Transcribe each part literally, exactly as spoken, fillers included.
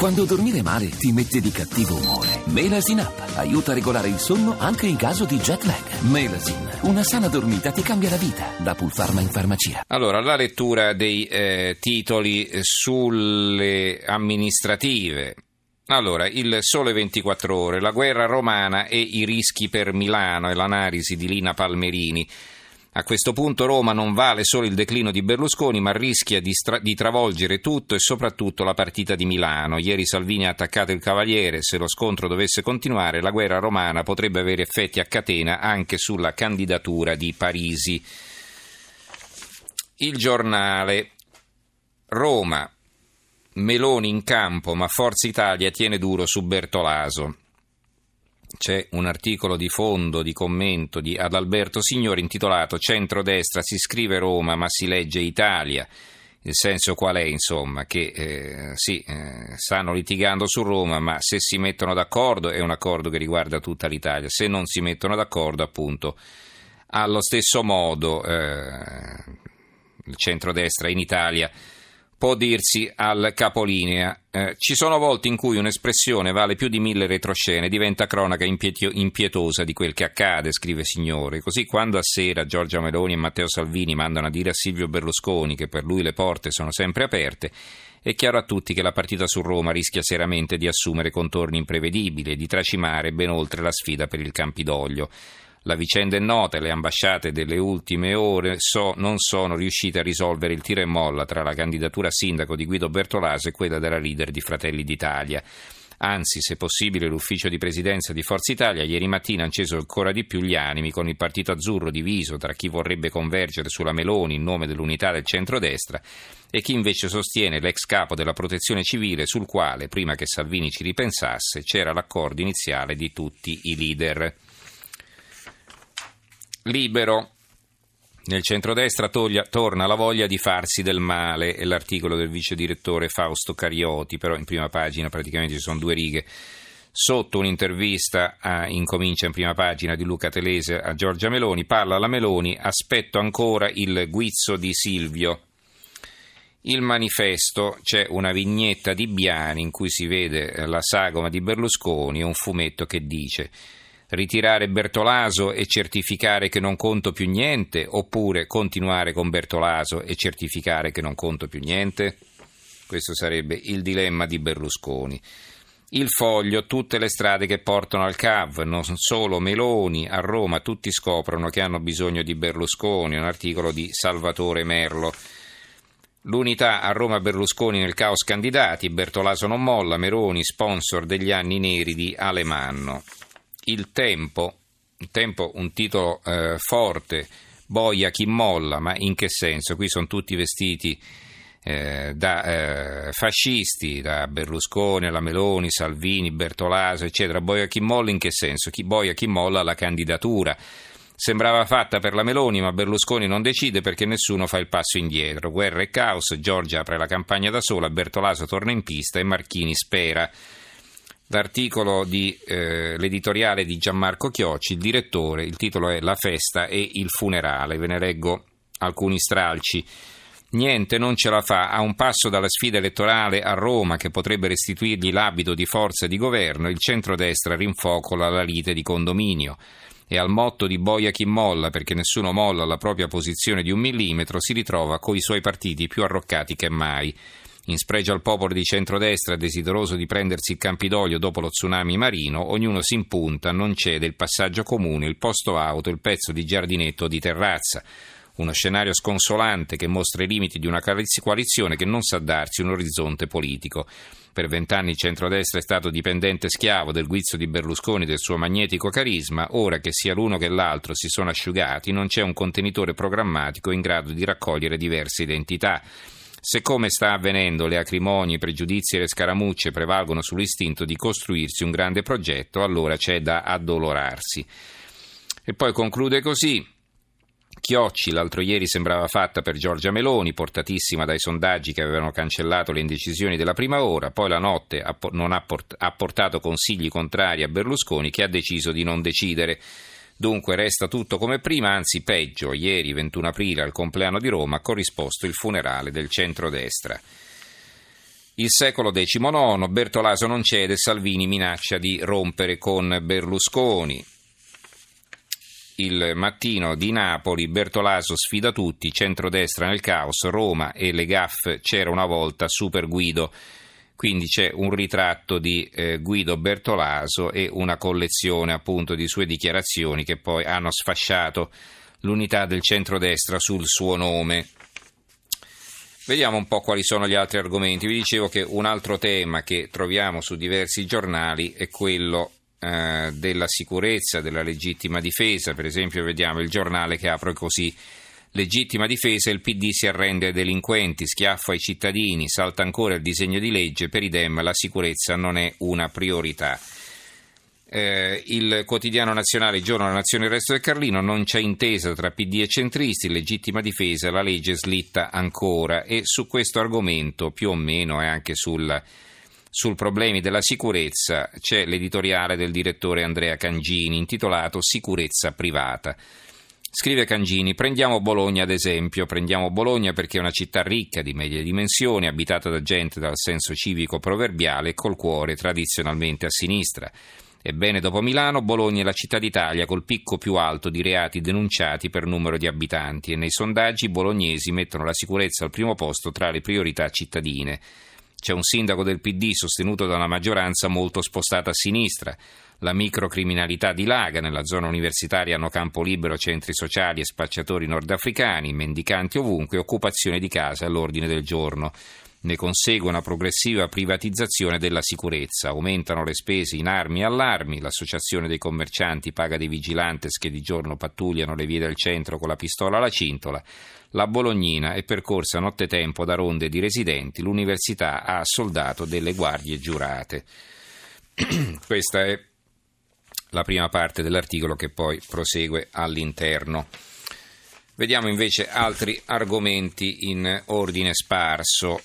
Quando dormire male ti mette di cattivo umore. Melasin Up aiuta a regolare il sonno anche in caso di jet lag. Melasin, una sana dormita ti cambia la vita. Da Pulpharma in farmacia. Allora, la lettura dei eh, titoli sulle amministrative. Allora, il Sole ventiquattro Ore, la guerra romana e i rischi per Milano e l'analisi di Lina Palmerini. A questo punto Roma non vale solo il declino di Berlusconi, ma rischia di, stra- di travolgere tutto e soprattutto la partita di Milano. Ieri Salvini ha attaccato il Cavaliere. Se lo scontro dovesse continuare, la guerra romana potrebbe avere effetti a catena anche sulla candidatura di Parisi. Il Giornale. Roma. Meloni in campo, ma Forza Italia tiene duro su Bertolaso. C'è un articolo di fondo, di commento di Adalberto Signori intitolato Centrodestra, si scrive Roma ma si legge Italia. Il senso qual è, insomma? Che eh, sì, eh, stanno litigando su Roma, ma se si mettono d'accordo è un accordo che riguarda tutta l'Italia. Se non si mettono d'accordo, appunto, allo stesso modo eh, il centrodestra in Italia può dirsi al capolinea. Eh, ci sono volte in cui un'espressione vale più di mille retroscene, diventa cronaca impietio- impietosa di quel che accade, scrive Signore. Così quando a sera Giorgia Meloni e Matteo Salvini mandano a dire a Silvio Berlusconi che per lui le porte sono sempre aperte, è chiaro a tutti che la partita su Roma rischia seriamente di assumere contorni imprevedibili e di tracimare ben oltre la sfida per il Campidoglio. La vicenda è nota e le ambasciate delle ultime ore so, non sono riuscite a risolvere il tira e molla tra la candidatura a sindaco di Guido Bertolaso e quella della leader di Fratelli d'Italia. Anzi, se possibile, l'ufficio di presidenza di Forza Italia ieri mattina ha acceso ancora di più gli animi, con il partito azzurro diviso tra chi vorrebbe convergere sulla Meloni in nome dell'unità del centrodestra e chi invece sostiene l'ex capo della protezione civile, sul quale, prima che Salvini ci ripensasse, c'era l'accordo iniziale di tutti i leader. Libero. Nel centrodestra toglia, torna la voglia di farsi del male, è l'articolo del vice direttore Fausto Carioti, però in prima pagina praticamente ci sono due righe. Sotto un'intervista a, incomincia in prima pagina di Luca Telese a Giorgia Meloni, parla la Meloni, aspetto ancora il guizzo di Silvio. Il Manifesto, c'è una vignetta di Biani in cui si vede la sagoma di Berlusconi e un fumetto che dice: ritirare Bertolaso e certificare che non conto più niente, oppure continuare con Bertolaso e certificare che non conto più niente? Questo sarebbe il dilemma di Berlusconi. Il Foglio, tutte le strade che portano al C A V, non solo Meloni, a Roma tutti scoprono che hanno bisogno di Berlusconi, un articolo di Salvatore Merlo. L'unità a Roma Berlusconi nel caos candidati, Bertolaso non molla, Meloni sponsor degli anni neri di Alemanno. Il Tempo, il Tempo un titolo eh, forte, boia chi molla, ma in che senso? Qui sono tutti vestiti eh, da eh, fascisti, da Berlusconi alla Meloni, Salvini, Bertolaso, eccetera. Boia chi molla in che senso? Chi boia chi molla la candidatura. Sembrava fatta per la Meloni, ma Berlusconi non decide perché nessuno fa il passo indietro. Guerra e caos, Giorgia apre la campagna da sola, Bertolaso torna in pista e Marchini spera. L'articolo di eh, l'editoriale di Gianmarco Chiocci, il direttore, il titolo è La festa e il funerale. Ve ne leggo alcuni stralci. Niente, non ce la fa. A un passo dalla sfida elettorale a Roma, che potrebbe restituirgli l'abito di forza di governo, il centrodestra rinfocola la lite di condominio. E al motto di boia chi molla, perché nessuno molla la propria posizione di un millimetro, si ritrova coi suoi partiti più arroccati che mai. In spregio al popolo di centrodestra, desideroso di prendersi il Campidoglio dopo lo tsunami marino, ognuno si impunta, non cede il passaggio comune, il posto auto, il pezzo di giardinetto o di terrazza. Uno scenario sconsolante che mostra i limiti di una coalizione che non sa darsi un orizzonte politico. Per vent'anni il centrodestra è stato dipendente schiavo del guizzo di Berlusconi e del suo magnetico carisma. Ora che sia l'uno che l'altro si sono asciugati, non c'è un contenitore programmatico in grado di raccogliere diverse identità. Se, come sta avvenendo, le acrimonie, i pregiudizi e le scaramucce prevalgono sull'istinto di costruirsi un grande progetto, allora c'è da addolorarsi. E poi conclude così: Chiocci, l'altro ieri sembrava fatta per Giorgia Meloni, portatissima dai sondaggi che avevano cancellato le indecisioni della prima ora, poi la notte ha, non ha, port- ha portato consigli contrari a Berlusconi, che ha deciso di non decidere. Dunque resta tutto come prima, anzi peggio. Ieri, ventuno aprile, al compleanno di Roma, ha corrisposto il funerale del centrodestra. Il secolo diciannove, Bertolaso non cede, Salvini minaccia di rompere con Berlusconi. Il Mattino di Napoli, Bertolaso sfida tutti, centrodestra nel caos, Roma e le gaffe, c'era una volta, Super Guido. Quindi c'è un ritratto di eh, Guido Bertolaso e una collezione appunto di sue dichiarazioni che poi hanno sfasciato l'unità del centrodestra sul suo nome. Vediamo un po' quali sono gli altri argomenti. Vi dicevo che un altro tema che troviamo su diversi giornali è quello eh, della sicurezza, della legittima difesa. Per esempio vediamo il giornale che apre così: legittima difesa, il P D si arrende ai delinquenti, schiaffo ai cittadini, salta ancora il disegno di legge, per i Dem la sicurezza non è una priorità. Eh, il quotidiano nazionale, il giorno della nazione, il resto del Carlino, non c'è intesa tra P D e centristi, legittima difesa, la legge slitta ancora. E su questo argomento più o meno e anche sul, sul problemi della sicurezza c'è l'editoriale del direttore Andrea Cangini intitolato Sicurezza privata. Scrive Cangini: prendiamo Bologna ad esempio, prendiamo Bologna perché è una città ricca di medie dimensioni, abitata da gente dal senso civico proverbiale e col cuore tradizionalmente a sinistra. Ebbene, dopo Milano, Bologna è la città d'Italia col picco più alto di reati denunciati per numero di abitanti e nei sondaggi i bolognesi mettono la sicurezza al primo posto tra le priorità cittadine. C'è un sindaco del P D sostenuto da una maggioranza molto spostata a sinistra. La microcriminalità dilaga, nella zona universitaria hanno campo libero centri sociali e spacciatori nordafricani, mendicanti ovunque, occupazione di case all'ordine del giorno. Ne consegue una progressiva privatizzazione della sicurezza, aumentano le spese in armi e allarmi, l'associazione dei commercianti paga dei vigilantes che di giorno pattugliano le vie del centro con la pistola alla cintola, la Bolognina è percorsa nottetempo da ronde di residenti, l'università ha soldato delle guardie giurate. Questa è la prima parte dell'articolo che poi prosegue all'interno. Vediamo invece altri argomenti in ordine sparso.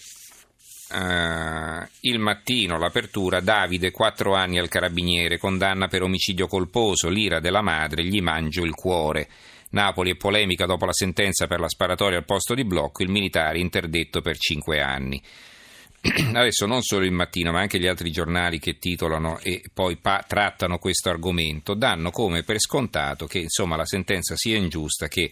Uh, il Mattino, l'apertura, Davide, quattro anni al carabiniere, condanna per omicidio colposo, l'ira della madre, gli mangio il cuore. Napoli è polemica dopo la sentenza per la sparatoria al posto di blocco, il militare interdetto per cinque anni. Adesso non solo il Mattino ma anche gli altri giornali che titolano e poi pa- trattano questo argomento danno come per scontato che insomma la sentenza sia ingiusta, che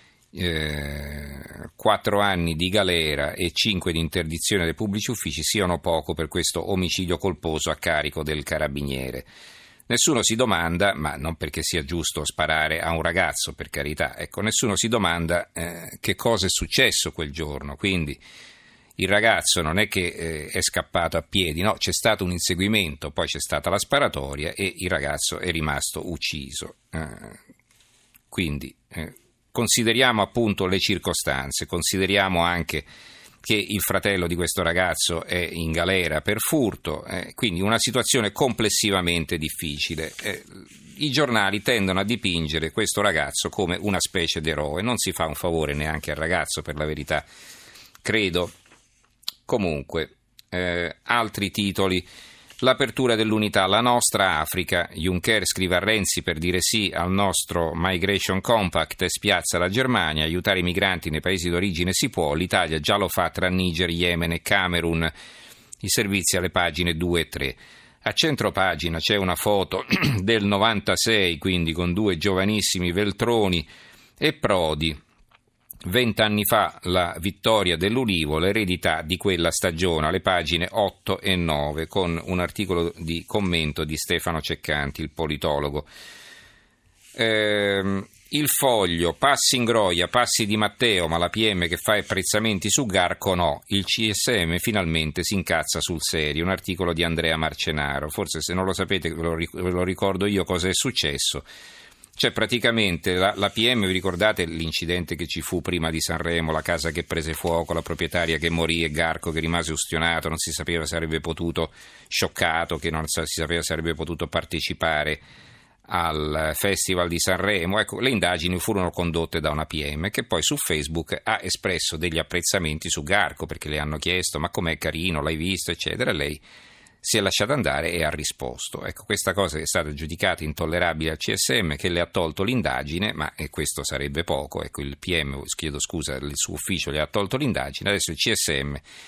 Eh, quattro anni di galera e cinque di interdizione dei pubblici uffici siano poco per questo omicidio colposo a carico del carabiniere. Nessuno si domanda, ma non perché sia giusto sparare a un ragazzo, per carità, ecco, nessuno si domanda eh, che cosa è successo quel giorno. Quindi il ragazzo non è che eh, è scappato a piedi, no, c'è stato un inseguimento, poi c'è stata la sparatoria e il ragazzo è rimasto ucciso. Eh, quindi eh, consideriamo appunto le circostanze, consideriamo anche che il fratello di questo ragazzo è in galera per furto, eh, quindi una situazione complessivamente difficile. Eh, I giornali tendono a dipingere questo ragazzo come una specie d'eroe, non si fa un favore neanche al ragazzo, per la verità, credo. Comunque, eh, altri titoli. L'apertura dell'unità, la nostra Africa. Juncker scrive a Renzi per dire sì al nostro Migration Compact e spiazza la Germania. Aiutare i migranti nei paesi d'origine si può, l'Italia già lo fa tra Niger, Yemen e Camerun. I servizi alle pagine due e tre. A centropagina c'è una foto del novantasei, quindi con due giovanissimi Veltroni e Prodi. Vent'anni fa la vittoria dell'Ulivo, l'eredità di quella stagione, alle pagine otto e nove, con un articolo di commento di Stefano Ceccanti, il politologo. Ehm, il Foglio, passi in Groia, passi di Matteo, ma la P M che fa apprezzamenti su Garco no, il C S M finalmente si incazza sul serio, un articolo di Andrea Marcenaro. Forse se non lo sapete ve lo, ve lo ricordo io cosa è successo. Cioè praticamente la, la P M, vi ricordate l'incidente che ci fu prima di Sanremo, la casa che prese fuoco, la proprietaria che morì e Garco che rimase ustionato, non si sapeva se avrebbe potuto, scioccato, che non si sapeva se avrebbe potuto partecipare al Festival di Sanremo. Ecco, le indagini furono condotte da una P M che poi su Facebook ha espresso degli apprezzamenti su Garco, perché le hanno chiesto ma com'è carino, l'hai visto, eccetera, e lei si è lasciata andare e ha risposto. Ecco, questa cosa è stata giudicata intollerabile al C S M, che le ha tolto l'indagine, ma e questo sarebbe poco. Ecco, il P M, chiedo scusa, il suo ufficio le ha tolto l'indagine, adesso il C S M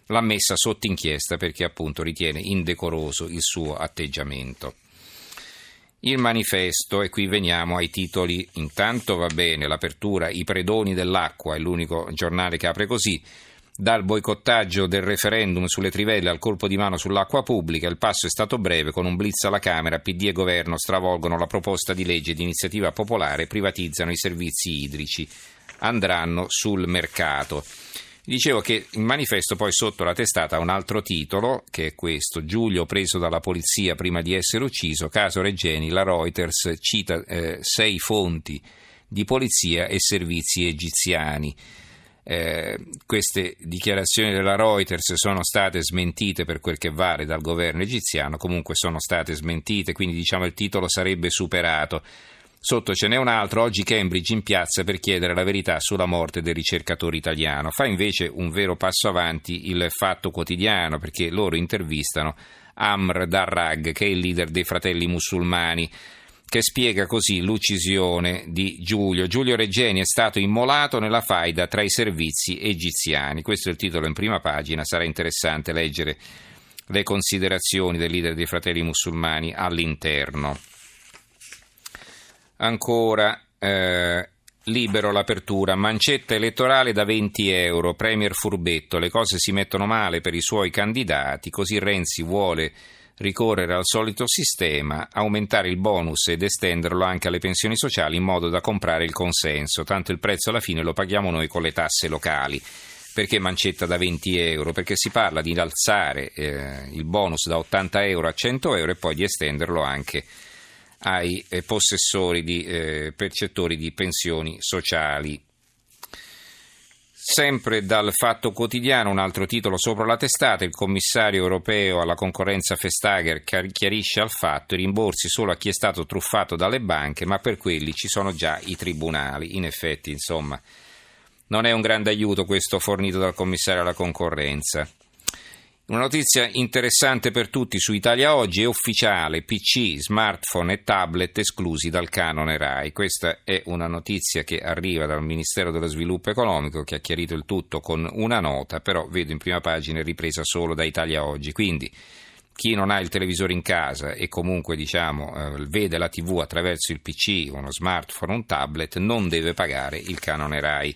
l'ha messa sotto inchiesta perché appunto ritiene indecoroso il suo atteggiamento. Il Manifesto, e qui veniamo ai titoli. Intanto va bene, l'apertura, i predoni dell'acqua, è l'unico giornale che apre così. Dal boicottaggio del referendum sulle trivelle al colpo di mano sull'acqua pubblica, il passo è stato breve, con un blitz alla Camera, P D e Governo stravolgono la proposta di legge di iniziativa popolare, privatizzano i servizi idrici, andranno sul mercato. Dicevo che il Manifesto poi sotto la testata ha un altro titolo, che è questo: Giulio preso dalla polizia prima di essere ucciso, caso Regeni, la Reuters cita eh, sei fonti di polizia e servizi egiziani. Eh, queste dichiarazioni della Reuters sono state smentite per quel che vale dal governo egiziano, comunque sono state smentite, quindi diciamo il titolo sarebbe superato. Sotto ce n'è un altro: oggi Cambridge in piazza per chiedere la verità sulla morte del ricercatore italiano. Fa invece un vero passo avanti il Fatto Quotidiano, perché loro intervistano Amr Darrag, che è il leader dei Fratelli Musulmani, che spiega così l'uccisione di Giulio. Giulio Regeni è stato immolato nella faida tra i servizi egiziani. Questo è il titolo in prima pagina, sarà interessante leggere le considerazioni del leader dei Fratelli Musulmani all'interno. Ancora, eh, Libero, l'apertura, mancetta elettorale da venti euro, premier furbetto, le cose si mettono male per i suoi candidati, così Renzi vuole ricorrere al solito sistema, aumentare il bonus ed estenderlo anche alle pensioni sociali in modo da comprare il consenso, tanto il prezzo alla fine lo paghiamo noi con le tasse locali. Perché mancetta da venti euro? Perché si parla di alzare eh, il bonus da ottanta euro a cento euro e poi di estenderlo anche ai eh, possessori di eh, percettori di pensioni sociali. Sempre dal Fatto Quotidiano un altro titolo sopra la testata: il commissario europeo alla concorrenza Vestager chiarisce al Fatto i rimborsi solo a chi è stato truffato dalle banche, ma per quelli ci sono già i tribunali. In effetti, insomma, non è un grande aiuto questo fornito dal commissario alla concorrenza. Una notizia interessante per tutti su Italia Oggi: è ufficiale, P C, smartphone e tablet esclusi dal canone RAI. Questa è una notizia che arriva dal Ministero dello Sviluppo Economico, che ha chiarito il tutto con una nota, però vedo in prima pagina è ripresa solo da Italia Oggi. Quindi chi non ha il televisore in casa e comunque diciamo eh, vede la tivù attraverso il P C, uno smartphone, un tablet, non deve pagare il canone RAI.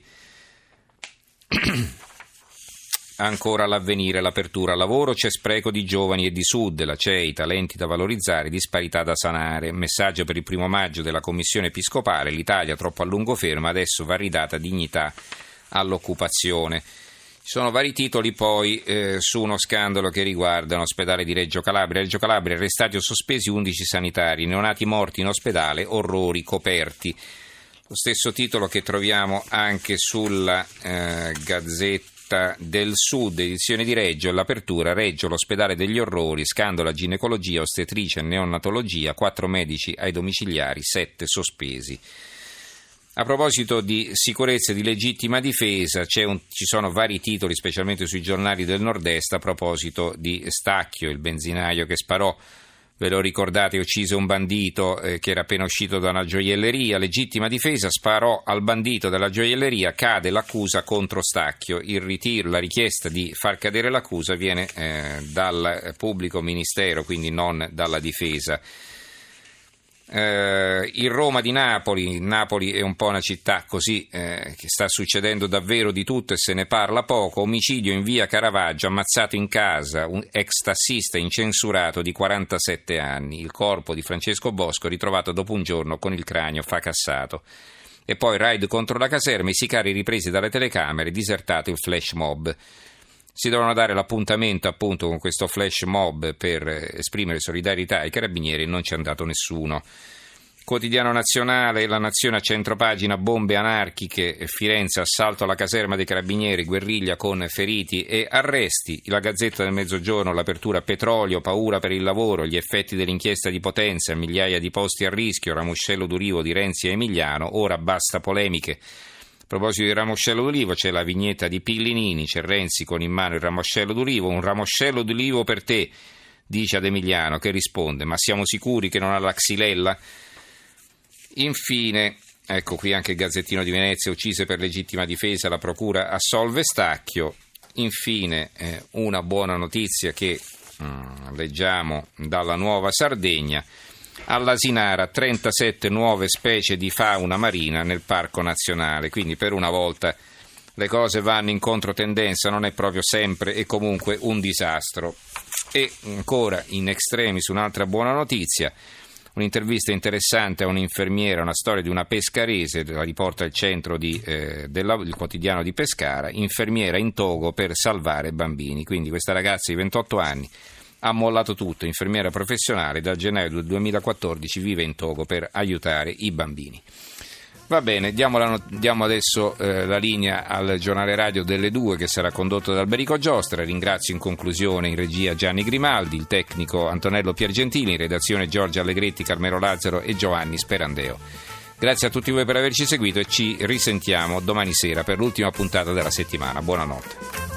Ancora l'Avvenire, l'apertura, lavoro, c'è spreco di giovani e di sud, la C E I, talenti da valorizzare, disparità da sanare, messaggio per il primo maggio della Commissione Episcopale, l'Italia troppo a lungo ferma, adesso va ridata dignità all'occupazione. Ci sono vari titoli poi eh, su uno scandalo che riguarda l'ospedale di Reggio Calabria. Reggio Calabria, arrestati o sospesi undici sanitari, neonati morti in ospedale, orrori coperti. Lo stesso titolo che troviamo anche sulla eh, Gazzetta del Sud, edizione di Reggio, l'apertura, Reggio, l'ospedale degli orrori, scandalo a ginecologia, ostetricia e neonatologia, quattro medici ai domiciliari, sette sospesi. A proposito di sicurezza e di legittima difesa, c'è un, ci sono vari titoli, specialmente sui giornali del Nord-Est, a proposito di Stacchio, il benzinaio che sparò, ve lo ricordate, uccise un bandito eh, che era appena uscito da una gioielleria, legittima difesa, sparò al bandito della gioielleria, cade l'accusa contro Stacchio, il ritiro, la richiesta di far cadere l'accusa viene eh, dal pubblico ministero, quindi non dalla difesa. Eh, il Roma di Napoli, Napoli è un po' una città così eh, che sta succedendo davvero di tutto e se ne parla poco. Omicidio in via Caravaggio, ammazzato in casa un ex tassista incensurato di quarantasette anni, il corpo di Francesco Bosco ritrovato dopo un giorno con il cranio fracassato. E poi raid contro la caserma, i sicari ripresi dalle telecamere, disertato il flash mob. Si dovevano dare l'appuntamento appunto con questo flash mob per esprimere solidarietà ai carabinieri e non c'è andato nessuno. Quotidiano Nazionale, La Nazione a centropagina, bombe anarchiche, Firenze, assalto alla caserma dei carabinieri, guerriglia con feriti e arresti. La Gazzetta del Mezzogiorno, l'apertura, petrolio, paura per il lavoro, gli effetti dell'inchiesta di Potenza, migliaia di posti a rischio, Ramoscello d'Ulivo di Renzi e Emiliano, ora basta polemiche. A proposito di Ramoscello d'Ulivo c'è la vignetta di Pillinini, c'è Renzi con in mano il ramoscello d'ulivo, un ramoscello d'ulivo per te, dice ad Emiliano, che risponde: ma siamo sicuri che non ha la xylella? Infine, ecco qui anche il Gazzettino di Venezia, uccise per legittima difesa, la procura assolve Stacchio. infine eh, una buona notizia che mm, leggiamo dalla Nuova Sardegna. All'Asinara trentasette nuove specie di fauna marina nel Parco Nazionale, quindi per una volta le cose vanno in controtendenza, non è proprio sempre e comunque un disastro. E ancora in extremis un'altra buona notizia, un'intervista interessante a un'infermiera, una storia di una pescarese, la riporta il centro di, eh, del, il quotidiano di Pescara, infermiera in Togo per salvare bambini. Quindi questa ragazza di ventotto anni ha mollato tutto, infermiera professionale, dal gennaio del duemilaquattordici vive in Togo per aiutare i bambini. Va bene, diamo, la, diamo adesso eh, la linea al giornale radio delle due che sarà condotto da Alberico Giostra. Ringrazio in conclusione in regia Gianni Grimaldi, il tecnico Antonello Piergentili, in redazione Giorgio Allegretti, Carmelo Lazzaro e Giovanni Sperandeo. Grazie a tutti voi per averci seguito e ci risentiamo domani sera per l'ultima puntata della settimana. Buonanotte.